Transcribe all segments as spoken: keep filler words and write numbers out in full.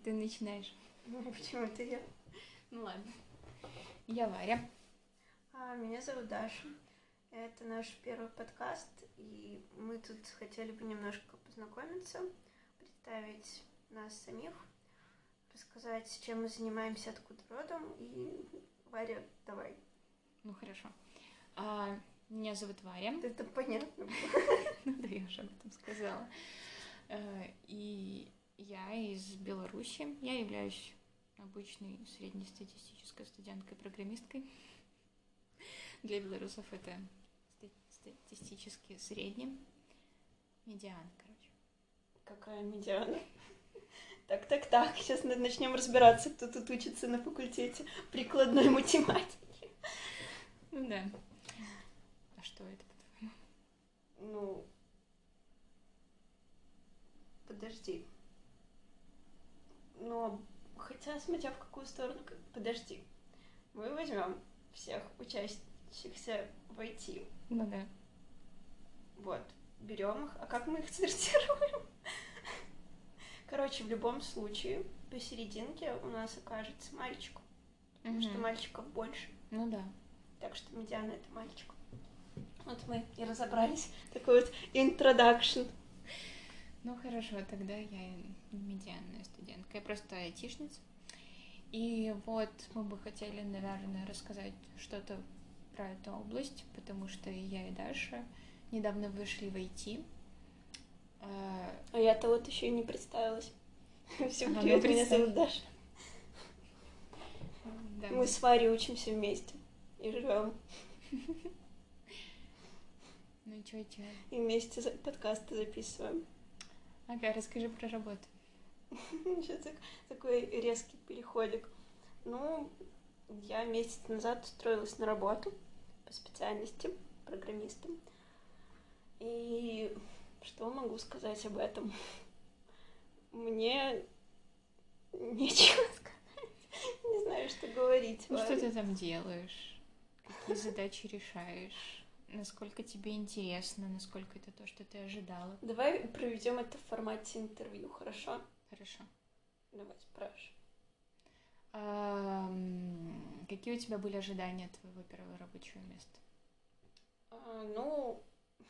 ты начинаешь. Ну, почему это я? Ну ладно. Я Варя. А, меня зовут Даша. Это наш первый подкаст, и мы тут хотели бы немножко познакомиться, представить нас самих, рассказать, чем мы занимаемся, откуда родом, и Варя, давай. Ну хорошо. А, меня зовут Варя. Это понятно было. Ну да, я уже об этом сказала. А, и я из Беларуси. Я являюсь обычной среднестатистической студенткой-программисткой. Для белорусов это статистически средний. Медиан, короче. Какая медиана? Так, так, так. Сейчас начнем разбираться, кто тут учится на факультете прикладной математики. Ну да. А что это, по-твоему? Ну, подожди. Но, хотя, смотря в какую сторону, подожди. Мы возьмем всех учащихся в ай ти. Ну да. Вот, берем их. А как мы их сортируем? Короче, в любом случае, посерединке у нас окажется мальчик. Потому Угу. что мальчиков больше. Ну да. Так что медиана — это мальчик. Вот мы и разобрались. Такой вот introduction. Ну хорошо, тогда я не медианная студентка, я просто айтишница. И вот мы бы хотели, наверное, рассказать что-то про эту область, потому что я и Даша недавно вышли в ай ти. А я-то вот еще и не представилась. Всем Ага, привет, ну, меня представь. зовут Даша. Да. Мы с Варей учимся вместе и живем. Ну чё, чё? И вместе за- подкасты записываем. Ага, расскажи про работу. Сейчас такой резкий переходик. Ну, я месяц назад устроилась на работу по специальности программистом. И что могу сказать об этом? Мне нечего сказать. Не знаю, что говорить. Ну что Варя. ты там делаешь? Какие задачи решаешь? Насколько тебе интересно, насколько это то, что ты ожидала? Давай проведем это в формате интервью, хорошо? Хорошо. Давай, спрашивай. Ам, Какие у тебя были ожидания от твоего первого рабочего места? А, ну,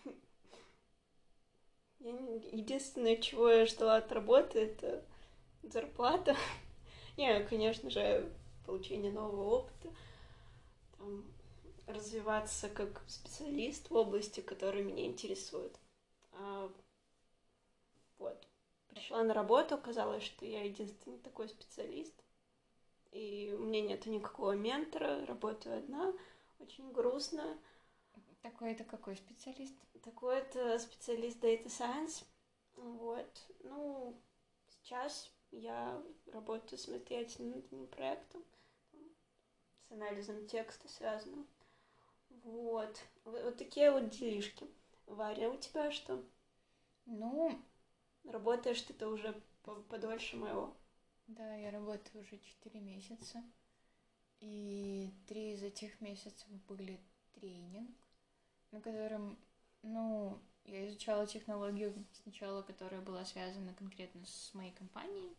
я не- единственное, чего я ждала от работы, это зарплата. Не, конечно же, получение нового опыта, там, развиваться как специалист в области, которая меня интересует. А, вот. Пришла на работу, оказалось, что я единственный такой специалист, и у меня нету никакого ментора, работаю одна, очень грустно. Такой это какой специалист? Такой-то специалист Data Science. Вот. Ну, сейчас я работаю самостоятельно над этим проектом, с анализом текста связано. Вот. Вот, вот такие вот делишки. Варя, у тебя что? Ну, Работаешь ты-то уже по- подольше моего. да, я работаю уже четыре месяца. И три из этих месяцев были тренинг, на котором, ну, я изучала технологию сначала, которая была связана конкретно с моей компанией.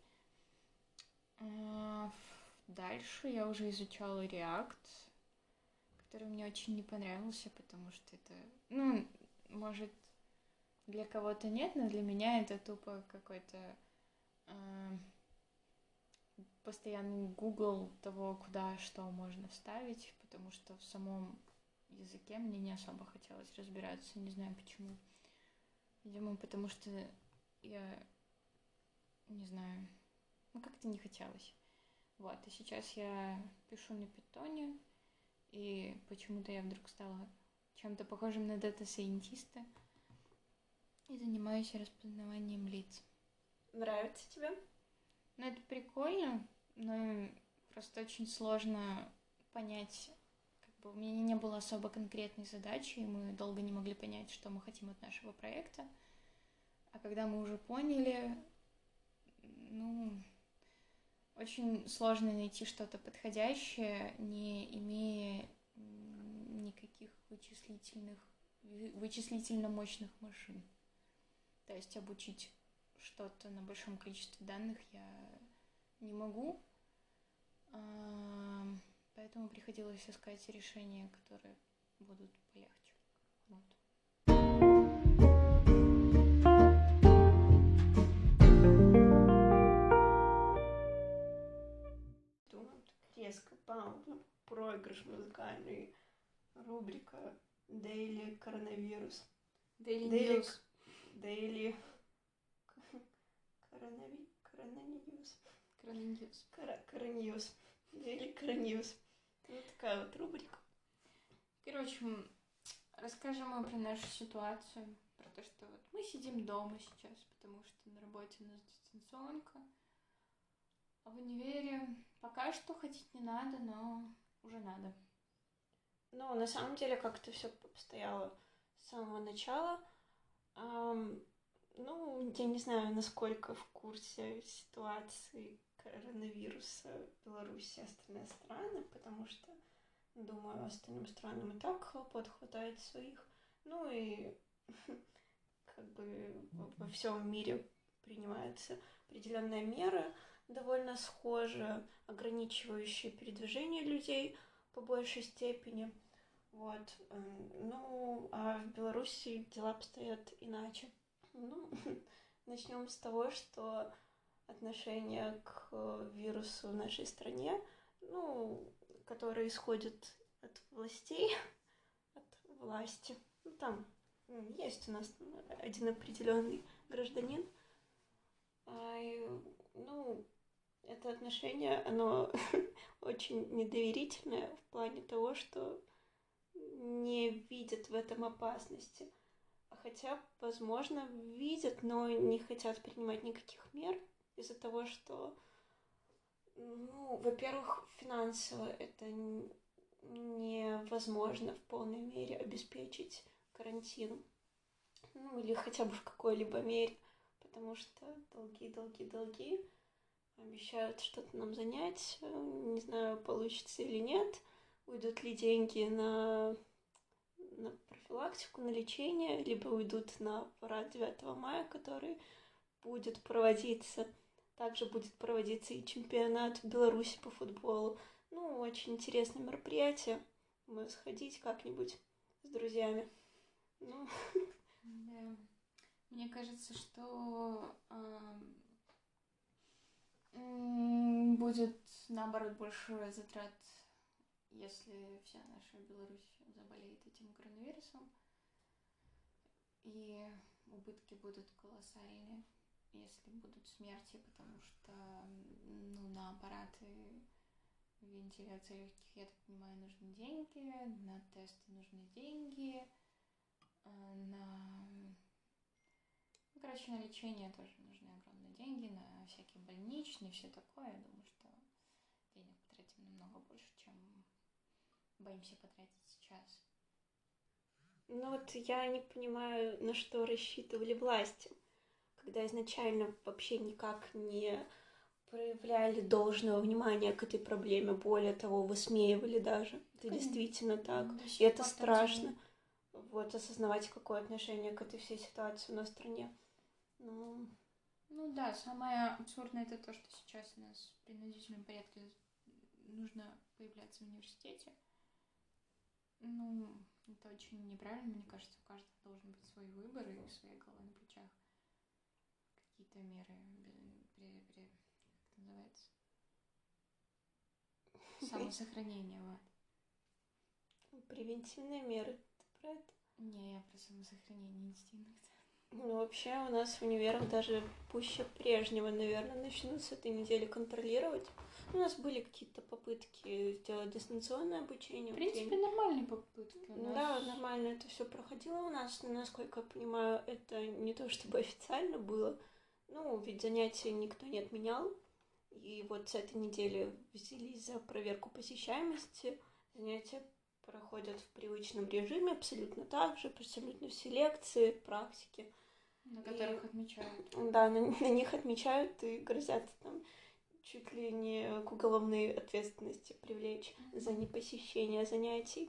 А дальше я уже изучала React, который мне очень не понравился, потому что это, ну, может, для кого-то нет, но для меня это тупо какой-то э, постоянный гугл того, куда что можно вставить, потому что в самом языке мне не особо хотелось разбираться, не знаю почему. Видимо, потому что я не знаю, ну как-то не хотелось. Вот, и сейчас я пишу на питоне, и почему-то я вдруг стала чем-то похожим на дата-сайентиста и занимаюсь распознаванием лиц. Нравится тебе? Ну, это прикольно, но просто очень сложно понять, как бы у меня не было особо конкретной задачи, и мы долго не могли понять, что мы хотим от нашего проекта. А когда мы уже поняли, ну, очень сложно найти что-то подходящее, не имея никаких вычислительных, вычислительно мощных машин. То есть обучить что-то на большом количестве данных я не могу, а, поэтому приходилось искать решения, которые будут полегче. Вот. Резко пам, проигрыш музыкальный, рубрика Daily коронавирус. Daily News. Daily Коронави... Коронавирус. Коронавирус. Коронавирус. Daily коронавирус. Вот такая вот рубрика. Короче, расскажем мы про нашу ситуацию, про то, что вот мы сидим дома сейчас, потому что на работе у нас дистанционка, а в универе пока что ходить не надо, но уже надо. Ну, на самом деле, как-то все обстояло с самого начала. Um, ну, я не знаю, насколько в курсе ситуации коронавируса в Беларуси и остальные страны, потому что, думаю, остальным странам и так хлопот хватает своих. Ну и как бы во всем мире принимаются определенные меры, довольно схожие, ограничивающие передвижение людей по большей степени. Вот. Ну, а в Беларуси дела обстоят иначе. Ну, начнем с того, что отношение к вирусу в нашей стране, ну, которое исходит от властей, от власти. Ну, там есть у нас один определенный гражданин. Ну, это отношение, оно очень недоверительное в плане того, что не видят в этом опасности. Хотя, возможно, видят, но не хотят принимать никаких мер из-за того, что, ну, во-первых, финансово это невозможно в полной мере обеспечить карантин. Ну, или хотя бы в какой-либо мере, потому что долги, долги, долги. Обещают что-то нам занять, не знаю, получится или нет. Уйдут ли деньги на, на профилактику, на лечение, либо уйдут на парад девятого мая, который будет проводиться. Также будет проводиться и чемпионат Беларуси по футболу. Ну, очень интересное мероприятие. Мы сходить как-нибудь с друзьями. Ну. Да. Мне кажется, что э, будет, наоборот, больше затрат, если вся наша Беларусь заболеет этим коронавирусом. И убытки будут колоссальные, если будут смерти, потому что, ну, на аппараты вентиляции легких, я так понимаю, нужны деньги, на тесты нужны деньги, на... Ну, короче, на лечение тоже нужны огромные деньги, на всякие больничные, все такое. Я думаю, что денег потратим намного больше, чем боимся потратить сейчас. Ну вот я не понимаю, на что рассчитывали власти, когда изначально вообще никак не проявляли должного внимания к этой проблеме, более того, высмеивали даже. Это Конечно. Действительно так. И это страшно. Вот, осознавать, какое отношение к этой всей ситуации у нас в стране. Ну... ну да, самое абсурдное это то, что сейчас у нас в принудительном порядке нужно появляться в университете. Ну, это очень неправильно, мне кажется, у каждого должен быть свой выбор и своя голова на плечах. Какие-то меры, при, при, как это называется? Самосохранение, вот. Превентивные меры, ты про это? Не, я про самосохранение инстинкта. Ну, вообще у нас в универах даже пуще прежнего, наверное, начнут с этой недели контролировать. У нас были какие-то попытки сделать дистанционное обучение. В принципе, нормальные попытки у нас. Да, нормально это все проходило у нас, но, насколько я понимаю, это не то чтобы официально было. Ну, ведь занятия никто не отменял. И вот с этой недели взялись за проверку посещаемости. Занятия проходят в привычном режиме абсолютно так же, абсолютно все лекции, практики. На которых и, отмечают. Да, на, на них отмечают и грозят там чуть ли не к уголовной ответственности привлечь mm-hmm. за непосещение занятий.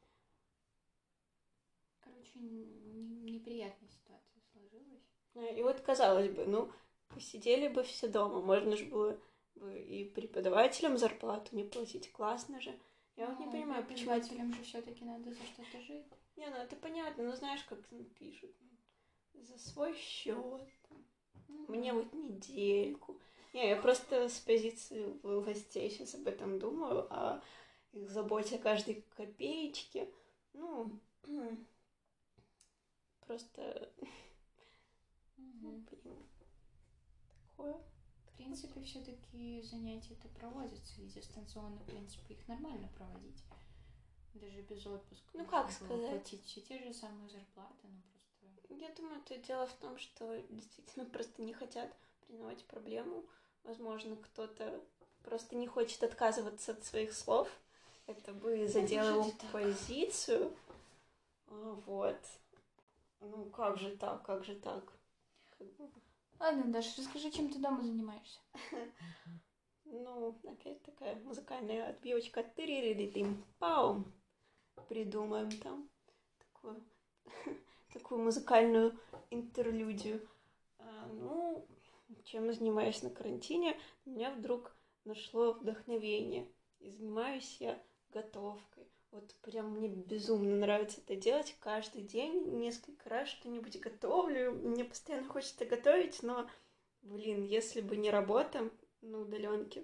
Короче, неприятная ситуация сложилась. И вот, казалось бы, ну, посидели бы все дома, можно же было бы и преподавателям зарплату не платить. Классно же. Я вот не Ну, понимаю, почему... преподавателям же все-таки надо за что-то жить. Не, ну это понятно, но знаешь, как пишут. За свой счет. Ну, Мне да. вот недельку. Не, я просто с позиции властей сейчас об этом думаю, о их заботе о каждой копеечке. Ну, просто... Мгм. Блин, такое. В принципе, все-таки занятия-то проводятся, и дистанционно, в принципе, их нормально проводить. Даже без отпуска. Ну, можно как было сказать? платить все те же самые зарплаты, но просто... Я думаю, это дело в том, что действительно просто не хотят признавать проблему. Возможно, кто-то просто не хочет отказываться от своих слов. Это бы задело его позицию. А, Вот. Ну, как же так, как же так? Ладно, Даша, расскажи, чем ты дома занимаешься. Ну, опять такая музыкальная отбивочка. Тыры-ры-ры-тым, пау. Придумаем там такую, такую музыкальную интерлюдию. А, ну, чем занимаюсь на карантине, у меня вдруг нашло вдохновение. И занимаюсь я готовкой. Вот прям мне безумно нравится это делать. Каждый день несколько раз что-нибудь готовлю. Мне постоянно хочется готовить, но, блин, если бы не работа на удаленке,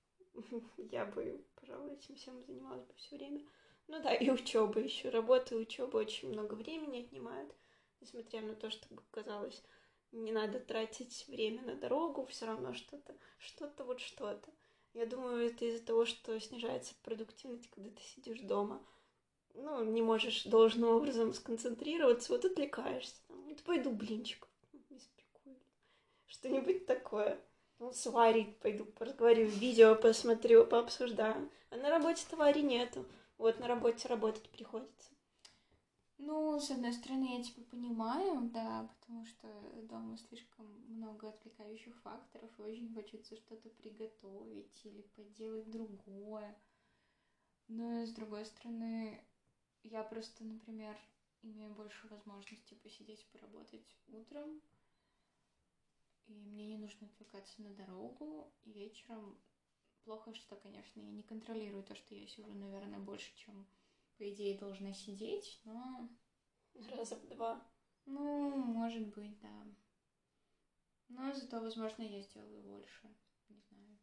я бы, пожалуй, этим всем занималась бы все время. Ну да, и учеба еще. Работа и учеба очень много времени отнимают. Несмотря на то, что казалось, не надо тратить время на дорогу, все равно что-то, что-то вот что-то. Я думаю, это из-за того, что снижается продуктивность, когда ты сидишь дома. Ну, не можешь должным образом сконцентрироваться, вот отвлекаешься. Там, вот пойду блинчик испеку, что-нибудь такое. Ну, сварить пойду, поразговариваю, видео посмотрю, пообсуждаю. А на работе товари нету. Вот на работе работать приходится. Ну, с одной стороны, я тебя понимаю, да, потому что дома слишком много отвлекающих факторов, и очень хочется что-то приготовить или поделать другое. Но, с другой стороны, я просто, например, имею больше возможности посидеть, поработать утром, и мне не нужно отвлекаться на дорогу, и вечером плохо, что, конечно, я не контролирую то, что я сижу, наверное, больше, чем, по идее, должна сидеть, но... Раза в два. Ну, может быть, да. Но зато, возможно, я сделаю больше. Не знаю.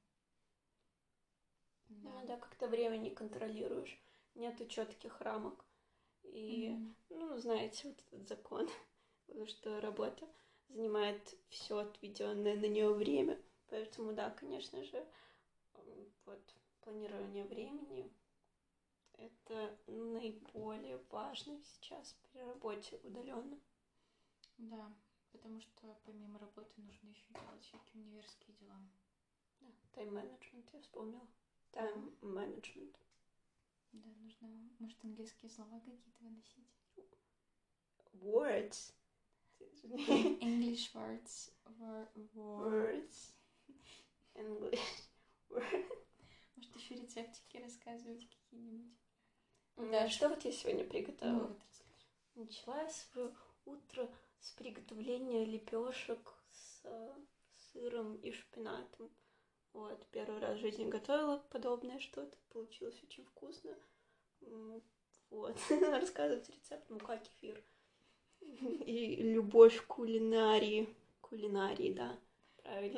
Да. Ну да, как-то время не контролируешь. Нету четких рамок. И, Мгм. ну, знаете, вот этот закон, что работа занимает все отведенное на нее время. Поэтому, да, конечно же, вот планирование времени это наиболее важно сейчас при работе удаленно. Да, потому что помимо работы нужно еще делать всякие универские дела. Да, тайм-менеджмент, я вспомнила. Тайм-менеджмент. Да, нужно, может, английские слова какие-то выносить. Words. English words. Wor- Words. English. Может, еще рецептики рассказывать какие-нибудь. Да, что вот я сегодня Ну, приготовила? вот расскажи. Начала я свое утро с приготовления лепешек с сыром и шпинатом. Вот, первый раз в жизни готовила подобное что-то, получилось очень вкусно. Вот, рассказывать рецепт: мука, кефир и любовь к кулинарии. Кулинарии, да, правильно.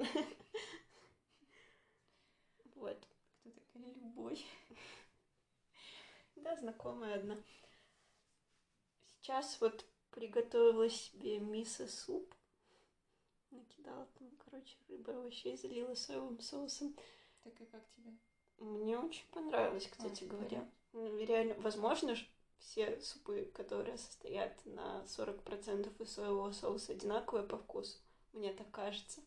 Вот. Кто такая Любовь? Да, знакомая одна. Сейчас вот приготовила себе мисо-суп. Накидала там, короче, рыбы, овощей, залила соевым соусом. Так и как тебе? Мне очень понравилось, кстати А, говоря. Ну, реально, возможно, все супы, которые состоят на сорок процентов из соевого соуса, одинаковые по вкусу. Мне так кажется.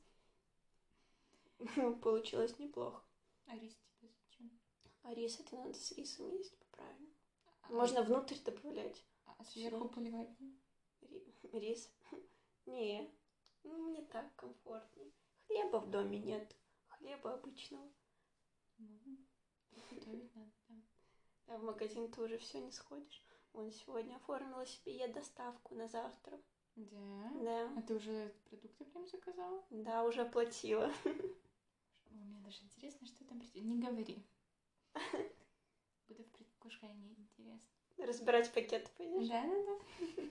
Получилось неплохо. А рис тебе зачем? А рис это надо с рисом есть, правильно. А, Можно внутрь добавлять. а сверху поливать? Рис. Не, ну мне так комфортнее. Хлеба в доме нет. Хлеба обычного. Ну, готовить надо, да. Да, в магазин ты уже все не сходишь. Вон сегодня оформила себе я доставку на завтра. Да? Да. А ты уже продукты прям заказала? Да, уже оплатила. У меня даже интересно, что там придет. Не говори. Буду в предвкушении, интересно. Разбирать пакеты пойдешь? Да, да, да.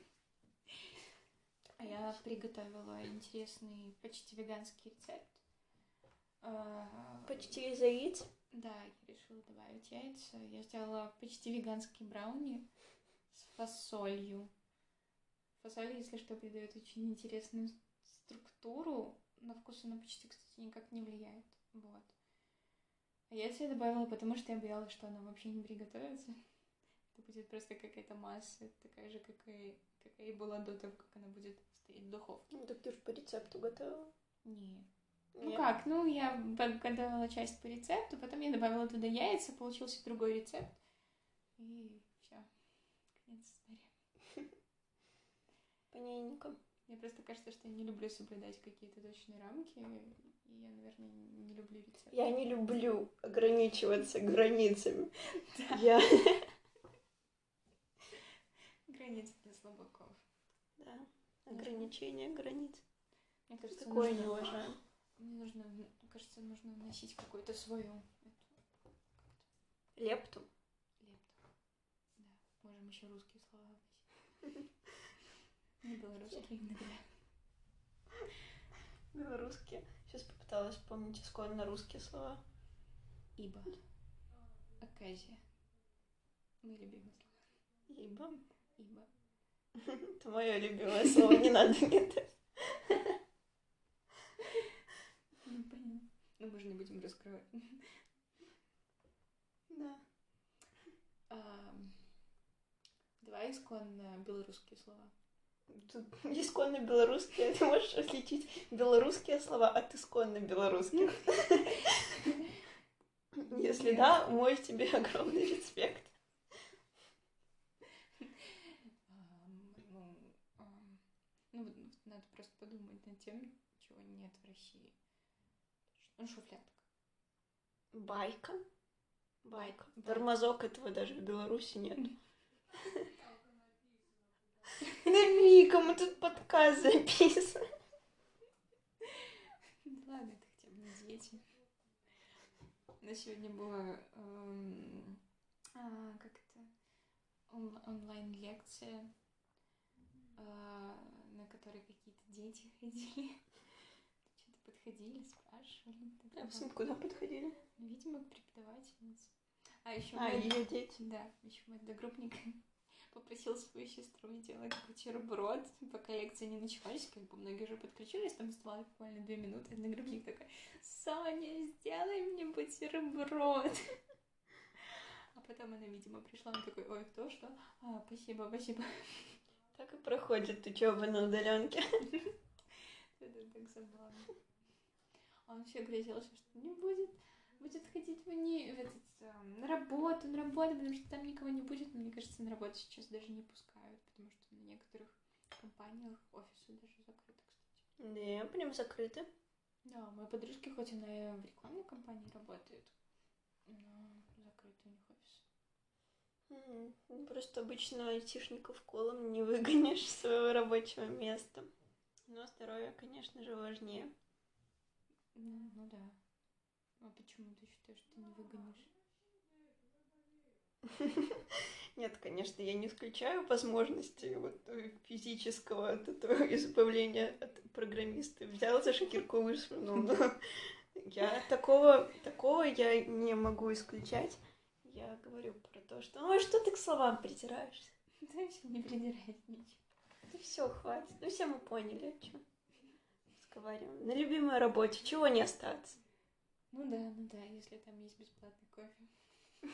А я приготовила интересный, почти веганский рецепт. Почти из яиц? Да, я решила добавить яйца. Я сделала почти веганский брауни с фасолью. Фасоль, если что, придает очень интересную структуру. На вкус она почти, кстати, никак не влияет. Вот. А яйца я добавила, потому что я боялась, что она вообще не приготовится. Это будет просто какая-то масса, такая же, какая, какая и была до того, как она будет стоять в духовке. Ну, так ты же по рецепту готовила. Нет. Нет. Ну как, ну я готовила часть по рецепту, потом я добавила туда яйца, получился другой рецепт. И все. Конец истории. Понятненько. Мне просто кажется, что я не люблю соблюдать какие-то точные рамки, и я, наверное, не люблю рецепты. Я не люблю ограничиваться границами. Да. Я... Границы для слабаков. Да, ограничение границ. Мне кажется, Такое нужно... не уважаю. Мне нужно, мне кажется, нужно вносить какую-то свою эту... Лепту? Лепту. Да, можем еще русские слова вносить. Не белорусские иногда. Белорусские. Сейчас попыталась вспомнить исконно русские слова. Ибо. Оказия. Мои любимые слова. Ибо? Ибо. Это мое любимое слово, не надо мне это. Ну, понятно. Ну, мы же не будем раскрывать. Да. А, давай исконно белорусские слова. Тут исконно белорусские, ты можешь отличить белорусские слова от исконно белорусских. Если да, мой тебе огромный респект. Ну, надо просто подумать над тем, чего нет в России. Ну, шуфлятка. Байка? Байка. Байка. Тормозок этого даже в Беларуси нет. Да, Вика, мы тут подкаст записываем. Ладно, это хотя бы не дети. У нас сегодня была эм, а, как это он, онлайн-лекция, э, на которой какие-то дети ходили. Что-то подходили, спрашивали. А в смысле, куда подходили? Видимо, к преподавательнице. А еще А, мой... ее дети. Да, еще мой одногруппник попросил свою сестру сделать бутерброд, пока лекции не началась, как бы многие уже подключились, там оставалось буквально две минуты, одногруппник такой: Соня, сделай мне бутерброд. А потом она, видимо, пришла, он такой: ой, кто, что? А, спасибо, спасибо. Так и проходит учеба на удаленке. Это так забавно. А он все грозился, что не будет, будет ходить в, не, в этот, на работу, на работу, потому что там никого не будет. Но мне кажется, на работу сейчас даже не пускают, потому что на некоторых компаниях офисы даже закрыты, кстати. Да, прям закрыты. Да, мои подружки, хоть она в рекламной компании работает, но закрыты у них офисы. Mm-hmm. Просто обычно айтишников колом не выгонишь с своего рабочего места. Но здоровье, конечно же, важнее. Ну, ну да. А почему ты считаешь, что ты не выгонишь? Нет, конечно, я не исключаю возможности вот физического от этого избавления от программиста. Взял за шкирку, вышвырнул. Но я такого, такого я не могу исключать. Я говорю про то, что ну а что ты к словам придираешься? Да все, не придирайся ничего. Да все, хватит. Ну все мы поняли, о чем разговариваем. На любимой работе чего не остаться? Ну да, ну да, если там есть бесплатный кофе.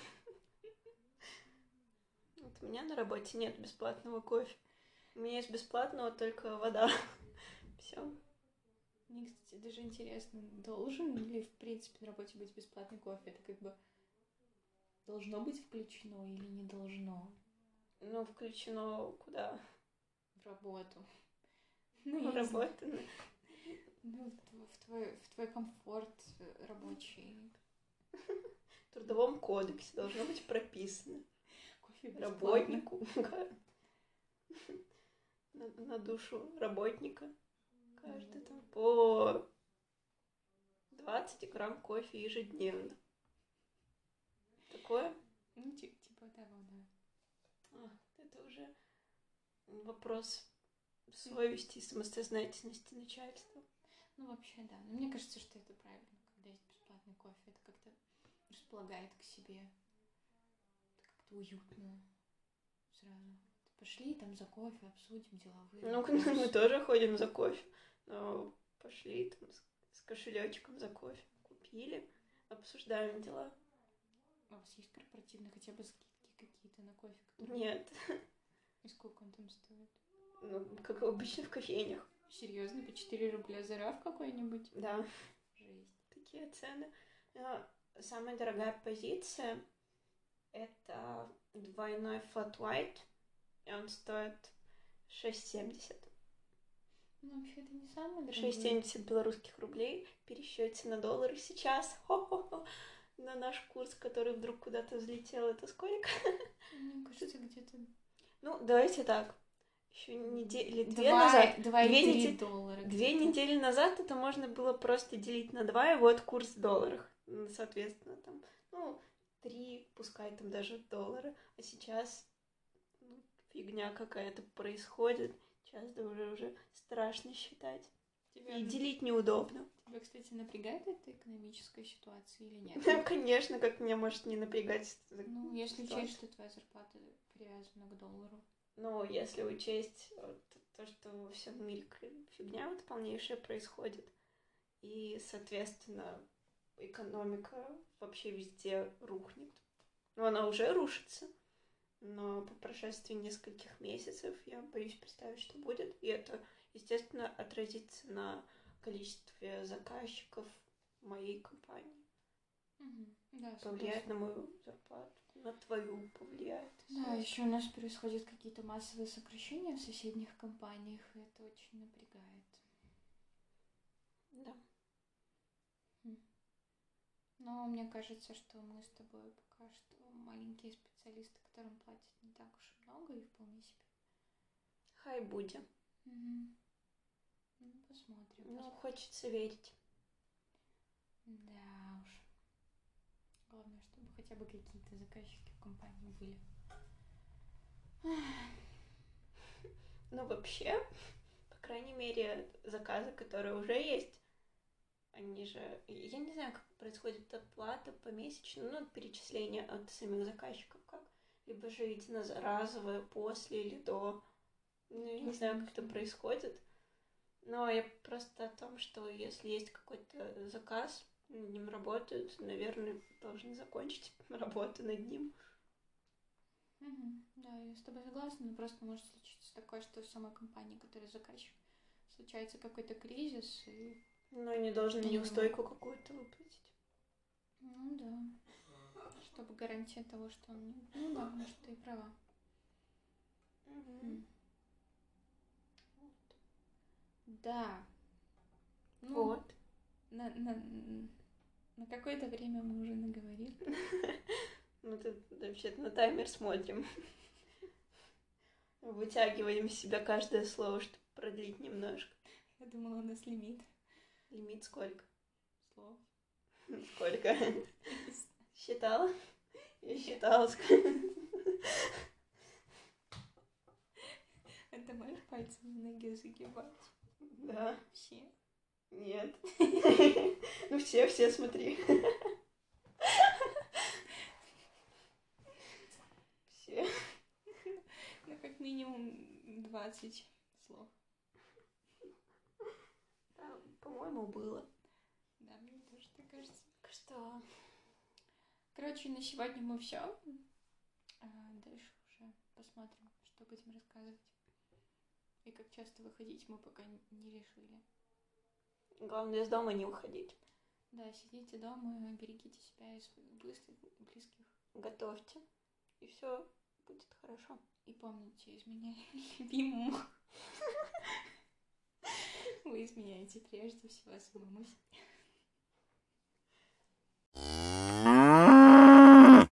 Вот у меня на работе нет бесплатного кофе. У меня есть бесплатного только вода. Все. Мне, кстати, даже интересно, должен ли, в принципе, на работе быть бесплатный кофе? Это как бы должно быть включено или не должно? Ну, включено куда? В работу. Ну, в работу. Ну, в твой, в твой комфорт рабочий. В трудовом кодексе должно быть прописано. Кофе работнику на, на душу работника каждый там по двадцать грамм кофе ежедневно. Такое? Ну, ти- типа того, да. А, это уже вопрос совести и самостоятельности начальства. Ну, вообще, да. Но мне кажется, что это правильно, когда есть бесплатный кофе. Это как-то располагает к себе. Это как-то уютно сразу. Пошли там за кофе, обсудим деловые Ну, вопросы. мы тоже ходим за кофе. Но пошли там с, с кошелечком за кофе. Купили, обсуждаем дела. А у вас есть корпоративные хотя бы скидки какие-то на кофе? Которые... Нет. И сколько он там стоит? Ну, как обычно в кофейнях. Серьезно, по четыре рубля за раф какой-нибудь? Да. Жесть. Такие цены. Но самая дорогая позиция это двойной flat white. И он стоит шесть семьдесят. Ну, вообще, это не самый дорогой. шесть семьдесят белорусских рублей в пересчете на доллары сейчас. Хо-хо-хо. На наш курс, который вдруг куда-то взлетел, это сколько? Мне кажется, где-то... Ну, давайте так. Еще недели две Два, назад. два и две три недели, доллара. Две где-то. недели назад это можно было просто делить на два, и вот курс в долларах. Ну, соответственно, там, ну, три, пускай там даже доллары. А сейчас ну, фигня какая-то происходит. Сейчас да уже, уже страшно считать. Тебя, И делить неудобно. тебя, кстати, напрягает эта экономическая ситуация или нет? Ну, конечно, как меня может не напрягать. Ну, если ситуация. учесть, что твоя зарплата привязана к доллару. Ну, если учесть вот, то, что во всем мире фигня вот полнейшая происходит, и, соответственно, экономика вообще везде рухнет. Ну, она уже рушится, но по прошествии нескольких месяцев я боюсь представить, что будет, и это, естественно, отразится на количестве заказчиков моей компании. Угу. Да, Повлияет согласна. на мою зарплату, на твою повлияет. Да, еще у нас происходят какие-то массовые сокращения в соседних компаниях, и это очень напрягает. Да. Хм. Но мне кажется, что мы с тобой пока что маленькие специалисты, которым платят не так уж и много, и вполне себе. Хай будем. Угу. Ну, посмотрим. Ну, посмотрим. хочется верить. Да уж. Главное, чтобы хотя бы какие-то заказчики в компании были. Ну, вообще, по крайней мере, заказы, которые уже есть, они же... Я не знаю, как происходит оплата помесячно, ну, перечисление от самих заказчиков как. Либо же единоразовое после или до. Ну, я не знаю, как это происходит. Но я просто о том, что если есть какой-то заказ, над ним работают, наверное, должны закончить работу над ним. Угу. Да, я с тобой согласна, но просто может случиться такое, что в самой компании, которая заказчик, случается какой-то кризис, и... Но они должны неустойку какую-то выплатить. Ну да. Чтобы гарантия того, что он... не- Ну да, может, ты и права. Угу. М. Да. Ну, Вот. на, на, на какое-то время мы уже наговорили. Мы тут вообще-то на таймер смотрим. Вытягиваем из себя каждое слово, чтобы продлить немножко. Я думала, у нас лимит Лимит сколько? слов. Сколько? Считала? Я считала. А ты можешь пальцем на ноге загибать? Да. Все? Нет. Ну все, все, смотри. Все. Ну, как минимум двадцать слов. Да, по-моему, было. Да, мне тоже так кажется. Так что... Короче, на сегодня мы все. А дальше уже посмотрим, что будем рассказывать. И как часто выходить мы пока не решили. Главное, из дома не выходить. Да, сидите дома, берегите себя и своих близких. близких. Готовьте. И все будет хорошо. И помните, изменяя любимому. Вы изменяете прежде всего самому себе.